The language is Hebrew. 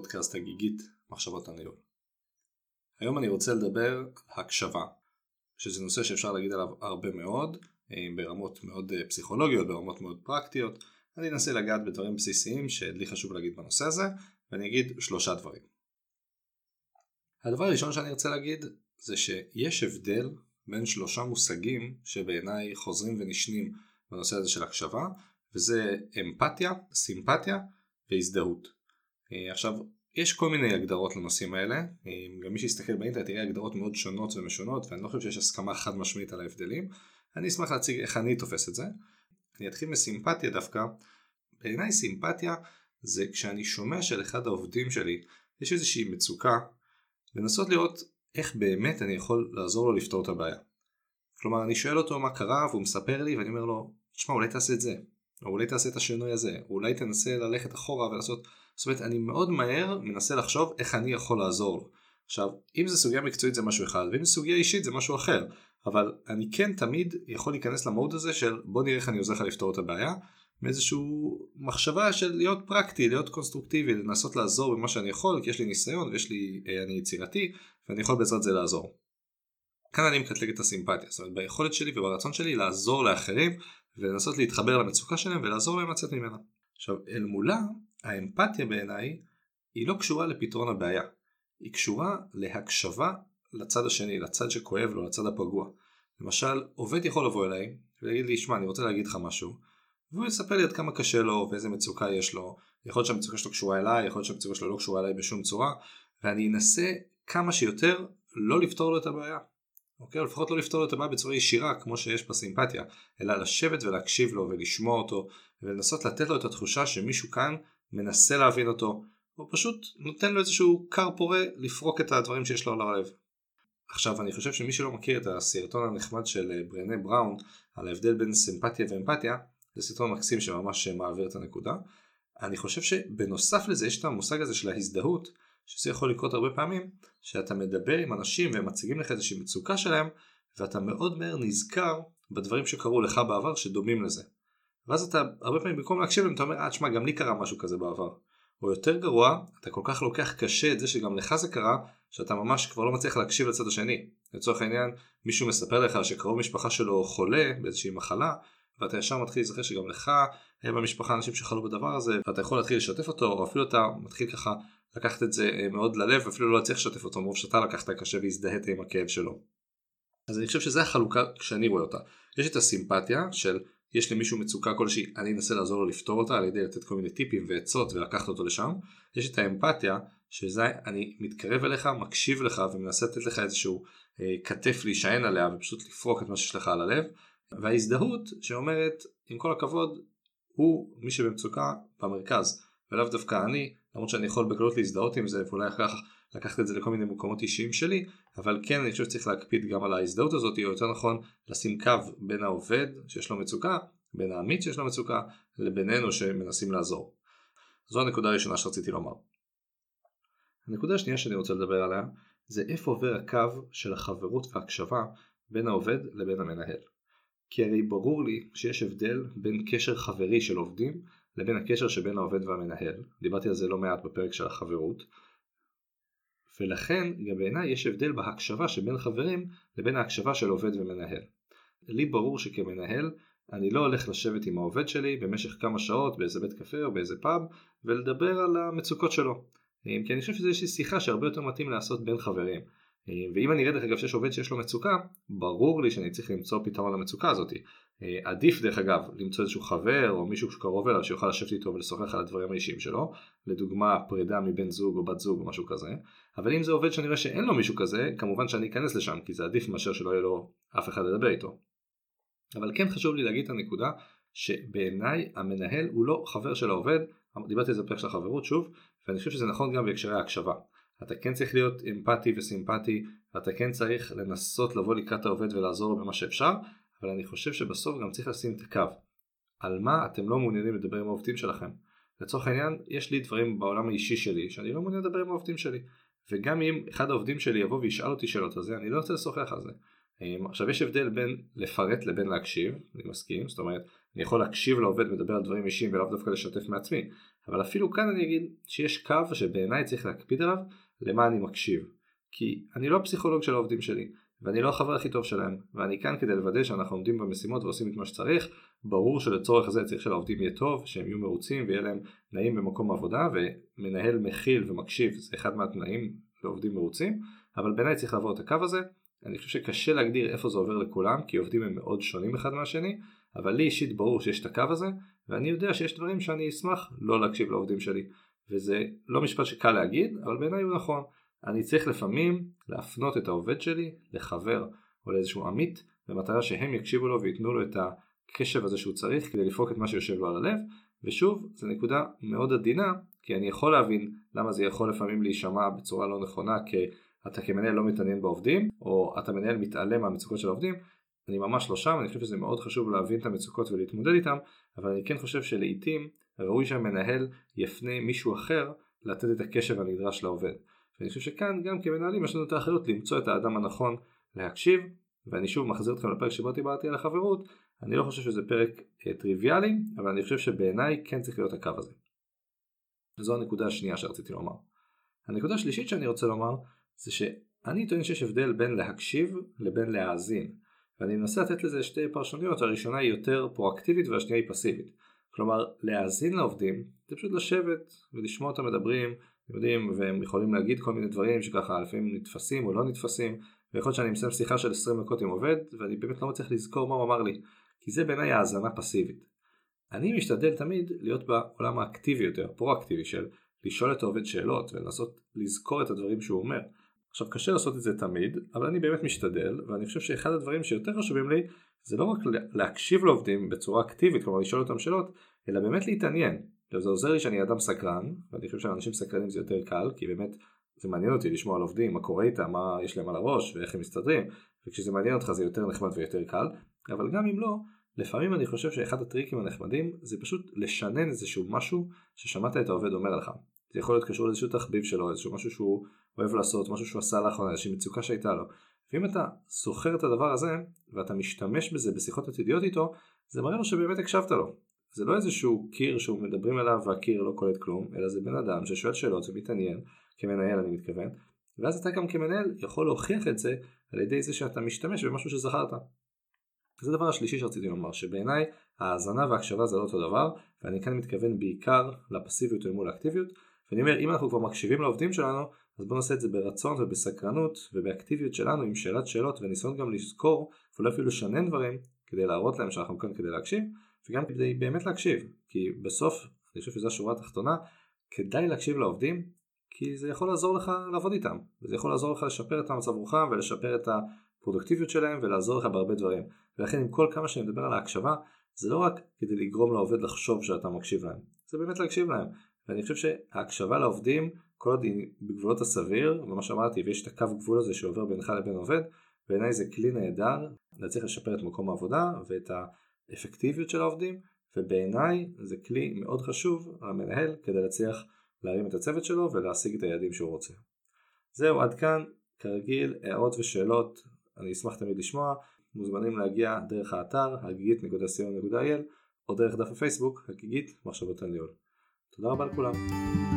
לפודקאסט הגיגית מחשבות הניהול. היום אני רוצה לדבר על הקשבה, שזה נושא שאפשר להגיד עליו הרבה מאוד, ברמות מאוד פסיכולוגיות, ברמות מאוד פרקטיות. אני אנסה לגעת בדברים בסיסיים שלי חשוב להגיד בנושא הזה, ואני אגיד 3 דברים. הדבר הראשון שאני רוצה להגיד זה שיש הבדל בין 3 מושגים שבעיניי חוזרים ונשנים בנושא הזה של הקשבה, וזה אמפתיה, סימפתיה והזדהות. עכשיו, יש כל מיני הגדרות לנושאים האלה, גם מי שיסתכל באינטרנט יראה הגדרות מאוד שונות ומשונות, ואני לא חושב שיש הסכמה חד משמעית על ההבדלים. אני אשמח להציג איך אני תופס את זה. אני אתחיל מסימפתיה דווקא. בעיניי סימפתיה זה כשאני שומע של אחד העובדים שלי יש איזושהי מצוקה, לנסות לראות איך באמת אני יכול לעזור לו לפתור את הבעיה. כלומר, אני שואל אותו מה קרה והוא מספר לי ואני אומר לו, תשמע, אולי תעשה את זה, או אולי תעשה את השינוי הזה, או אולי תנסה ללכת אחורה ולעשות. זאת אומרת, אני מאוד מהר מנסה לחשוב איך אני יכול לעזור לו. עכשיו, אם זה סוגיה מקצועית זה משהו אחד, ואם זה סוגיה אישית זה משהו אחר, אבל אני כן תמיד יכול להיכנס למוד הזה של בוא נראה איך אני עוזר לך לפתור את הבעיה, מאיזשהו מחשבה של להיות פרקטי, להיות קונסטרוקטיבי, לנסות לעזור במה שאני יכול, כי יש לי ניסיון ואני יצירתי, ואני יכול בעזרת זה לעזור. כאן אני מקטלג את הסימפתיה, זאת אומרת, ביכולת שלי וברצון שלי לעזור לאחרים, ולנסות להתחבר למצוקה שלהם ולעזור להם לצאת ממנה. עכשיו, אל מולה, האמפתיה בעיניי היא לא קשורה לפתרון הבעיה, היא קשורה להקשבה לצד השני, לצד שכואב לו, לצד הפגוע. למשל, עובד יכול לבוא אליי ולהגיד לי, שמע, אני רוצה להגיד לך משהו, והוא יספר לי עד כמה קשה לו ואיזה מצוקה יש לו. יכול להיות שהמצוקה שלו קשורה אליי, יכול להיות שהמצוקה שלו לא קשורה אליי בשום צורה, ואני אנסה כמה שיותר לא לפתור לו את הבעיה. אוקיי? לפחות לא לפתור לו את הבעיה בצורה ישירה כמו שיש בסימפתיה, אלא לשבת ולהקשיב לו ולשמוע אותו, ולנסות לתת לו את התחושה שמישהו כאן מנסה להבין אותו, או פשוט נותן לו איזשהו קר פורה לפרוק את הדברים שיש לו על הלב. עכשיו, אני חושב שמי שלא מכיר את הסרטון הנחמד של ברנה בראון על ההבדל בין סימפתיה ואמפתיה, זה סרטון מקסים שממש מעביר את הנקודה. אני חושב שבנוסף לזה יש את המושג הזה של ההזדהות, שזה יכול לקרות הרבה פעמים, שאתה מדבר עם אנשים והם מציגים לך איזושהי מצוקה שלהם, ואתה מאוד מהר נזכר בדברים שקרו לך בעבר שדומים לזה. ואז אתה הרבה פעמים במקום להקשיב להם, אתה אומר, תשמע, גם לי קרה משהו כזה בעבר. או יותר גרוע, אתה כל כך לוקח קשה את זה שגם לך זה קרה, שאתה ממש כבר לא מצליח להקשיב לצד השני. לצורך העניין, מישהו מספר לך שקרוב משפחה שלו חולה באיזושהי מחלה, ואתה ישר מתחיל לזכר שגם לך היה במשפחה אנשים שחלו בדבר הזה, ואתה יכול להתחיל לשתף אותו, או אפילו אתה מתחיל ככה לקחת את זה מאוד ללב, ואפילו לא צריך לשתף אותו, מרוב שאתה לקחת קשה והזדהת עם הכאב שלו. אז אני חושב שזה החלוקה כשאני רואה אותה. יש את הסימפתיה של יש לי מישהו מצוקה כלשהי, אני אנסה לעזור לו לפתור אותה על ידי לתת כל מיני טיפים ועצות ולקחת אותו לשם. יש את האמפתיה, שזה אני מתקרב אליך, מקשיב לך ומנסה לתת לך איזשהו כתף להישען עליה ופשוט לפרוק את מה שיש לך על הלב. וההזדהות שאומרת, עם כל הכבוד, הוא מי שבמצוקה במרכז, ולאו דווקא אני, למרות שאני יכול בקלות להזדהות עם זה, ואולי לקחת את זה לכל מיני מקומות אישיים שלי, אבל כן אני חושב שצריך להקפיד גם על ההזדהות הזאת, או יותר נכון לשים קו בין העובד שיש לו מצוקה, בין העמית שיש לו מצוקה, לבינינו שמנסים לעזור. זו הנקודה הראשונה שרציתי לומר. הנקודה השנייה שאני רוצה לדבר עליה, זה איפה עובר הקו של החברות וההקשבה בין העובד לבין המנהל. כי הרי ברור לי שיש הבדל בין קשר חברי של עובדים לבין הקשר שבין העובד והמנהל. דיברתי על זה לא מעט בפרק של החברות. ולכן גם בעיניי יש הבדל בהקשבה שבין חברים לבין ההקשבה של עובד ומנהל. לי ברור שכמנהל אני לא הולך לשבת עם העובד שלי במשך כמה שעות באיזה בית קפה או באיזה פאב ולדבר על המצוקות שלו. כי אני חושב שזה איזושהי שיחה שהרבה יותר מתאים לעשות בין חברים. ואם אני אראה דרך אגב שיש עובד שיש לו מצוקה, ברור לי שאני צריך למצוא פתרון למצוקה הזאת. עדיף דרך אגב למצוא איזשהו חבר או מישהו שקרוב אליו שיוכל לשבת איתו ולשוחח על הדברים האישיים שלו, לדוגמה פרידה מבן זוג או בת זוג או משהו כזה. אבל אם זה עובד שאני רואה שאין לו מישהו כזה, כמובן שאני אכנס לשם, כי זה עדיף מאשר שלא יהיה לו אף אחד לדבר איתו. אבל כן חשוב לי להגיד את הנקודה שבעיניי המנהל הוא לא חבר של העובד. דיברתי על זה בפרק של החברות שוב, ואני חושב שזה נכון גם בהקשרי ההקשבה. אתה כן צריך להיות אמפתי וסימפתי, ואתה כן צריך לנסות לבוא לקראת העובד ולעזור לו במה שאפשר, אבל אני חושב שבסוף גם צריך לשים את הקו. על מה אתם לא מעוניינים לדבר עם העובדים שלכם? לצורך העניין, יש לי דברים בעולם האישי שלי, שאני לא מעוניין לדבר עם העובדים שלי. וגם אם אחד העובדים שלי יבוא וישאל אותי שאלות על זה, אני לא רוצה לשוחח על זה. עכשיו יש הבדל בין לפרט לבין להקשיב, אני מסכים, זאת אומרת, אני יכול להקשיב לעובד מדבר על דברים אישיים ולאו דווקא לשתף מעצמי, אבל אפילו כאן אני אגיד שיש קו שבעיניי צריך להקפיד עליו למה אני מקשיב. כי אני לא הפסיכולוג של העובדים שלי, ואני לא החבר הכי טוב שלהם, ואני כאן כדי לוודא שאנחנו עומדים במשימות ועושים את מה שצריך. ברור שלצורך הזה צריך שלעובדים יהיה טוב, שהם יהיו מרוצים ויהיה להם נעים במקום העבודה, ומנהל מכיל ומקשיב זה אחד מהתנאים לעובדים מרוצים, אבל בעיניי צריך לעבור את הקו הזה. אני חושב שקשה להגדיר איפה זה עובר לכולם, כי עובדים הם מאוד שונים אחד מהשני, אבל לי אישית ברור שיש את הקו הזה, ואני יודע שיש דברים שאני אשמח לא להקשיב לעובדים שלי, וזה לא משפט שקל להגיד, אבל בעיניי הוא נכון. אני צריך לפעמים להפנות את העובד שלי לחבר או לאיזשהו עמית, במטרה שהם יקשיבו לו ויתנו לו את הקשב הזה שהוא צריך כדי לפרוק את מה שיושב לו על הלב. ושוב, זו נקודה מאוד עדינה, כי אני יכול להבין למה זה יכול לפעמים להישמע בצורה לא נכונה, כי אתה כמנהל לא מתעניין בעובדים, או אתה מנהל מתעלם מהמצוקות של העובדים. אני ממש לא שם, אני חושב שזה מאוד חשוב להבין את המצוקות ולהתמודד איתם, אבל אני כן חושב שלעיתים ראוי שהמנהל יפנה מישהו אחר לתת את הקשב הנדרש לעובד. ואני חושב שכאן גם כמנהלים יש לנו את האחריות למצוא את האדם הנכון להקשיב. ואני שוב מחזיר אתכם לפרק שבו דיברתי על החברות. אני לא חושב שזה פרק טריוויאלי, אבל אני חושב שבעיניי כן צריך להיות הקו הזה. זו הנקודה השנייה שרציתי לומר. הנקודה השלישית שאני רוצה לומר זה שאני טוען שיש הבדל בין להקשיב לבין להאזין, ואני מנסה לתת לזה שתי פרשנויות. הראשונה היא יותר פרואקטיבית והשנייה היא פסיבית. כלומר, להאזין לעובדים זה פשוט לשבת ולשמוע אותם מדברים, יודעים, והם יכולים להגיד כל מיני דברים שככה לפעמים נתפסים או לא נתפסים, ויכול להיות שאני מסיים שיחה של 20 דקות עם עובד ואני באמת לא מצליח לזכור מה הוא אמר לי, כי זה בעיניי האזנה פסיבית. אני משתדל תמיד להיות בעולם האקטיבי יותר, פרואקטיבי, של לשאול את העובד שאלות ולנסות לזכור את הדברים שהוא אומר. עכשיו קשה לעשות את זה תמיד, אבל אני באמת משתדל, ואני חושב שאחד הדברים שיותר חשובים לי זה לא רק להקשיב לעובדים בצורה אקטיבית, כלומר לשאול אותם שאלות, אלא באמת להתעניין. זה עוזר לי שאני אדם סקרן, ואני חושב שאנשים סקרנים זה יותר קל, כי באמת זה מעניין אותי לשמוע על עובדים, מה קורה איתם, מה יש להם על הראש ואיך הם מסתדרים, וכשזה מעניין אותך זה יותר נחמד ויותר קל. אבל גם אם לא, לפעמים אני חושב שאחד הטריקים הנחמדים זה פשוט לשנן איזשהו משהו ששמעת את העובד אומר לך. זה יכול להיות קשור לאיזשהו תחביב שלו, איזשהו משהו שהוא אוהב לעשות, משהו שהוא עשה לאחרונה, איזושהי מצוקה שהייתה לו. ואם אתה זוכר את הדבר הזה ואתה משתמש בזה בשיחות עתידיות איתו, זה מראה לו שבאמת הקשבת לו. זה לא איזשהו קיר שהוא מדברים אליו והקיר לא קולט כלום, אלא זה בן אדם ששואל שאלות ומתעניין, כמנהל אני מתכוון, ואז אתה גם כמנהל יכול להוכיח את זה על ידי זה שאתה משתמש במשהו שזכרת. זה הדבר השלישי שרציתי לומר, שבעיניי ההאזנה וההקשבה זה לא אותו דבר, ואני כאן מתכוון בעיקר לפסיביות ומול האקטיביות. ואני אומר, אם אנחנו כבר מקשיבים לעובדים שלנו, אז בואו נעשה את זה ברצון ובסקרנות ובאקטיביות שלנו, עם שאלת שאלות וניסיון גם לזכור, ואולי אפילו לשנן דברים, כדי להראות להם שאנחנו כאן כדי להקשיב, וגם כדי באמת להקשיב. כי בסוף, אני חושב שזו השורה התחתונה, כדאי להקשיב לעובדים, כי זה יכול לעזור לך לעבוד איתם, וזה יכול לעזור לך לשפר את המצב רוחם ולשפר את הפרודוקטיביות שלהם ולעזור לך בהרבה דברים. ולכן עם כל כמה שאני מדבר על ההקשבה, זה לא רק כדי לגרום לעובד לחשוב שאתה מקשיב להם, זה באמת להקשיב להם. ואני חושב שההקשבה לעובדים, כל עוד היא בגבולות הסביר, ומה שאמרתי, ויש את הקו גבול הזה שעובר בינך לבין עובד, בעיניי זה כלי נהדר, להצליח לשפר את מקום העבודה ואת האפקטיביות של העובדים, ובעיניי זה כלי מאוד חשוב על המנהל כדי להצליח להרים את הצוות שלו ולהשיג את היעדים שהוא רוצה. זהו, עד כאן, כרגיל, הערות ושאלות, אני אשמח תמיד לשמוע, מוזמנים להגיע דרך האתר, הגיגית.co.il, או דרך דף הפייסבוק, הגיגית מחשבות הניהול. תודה רבה לכולם.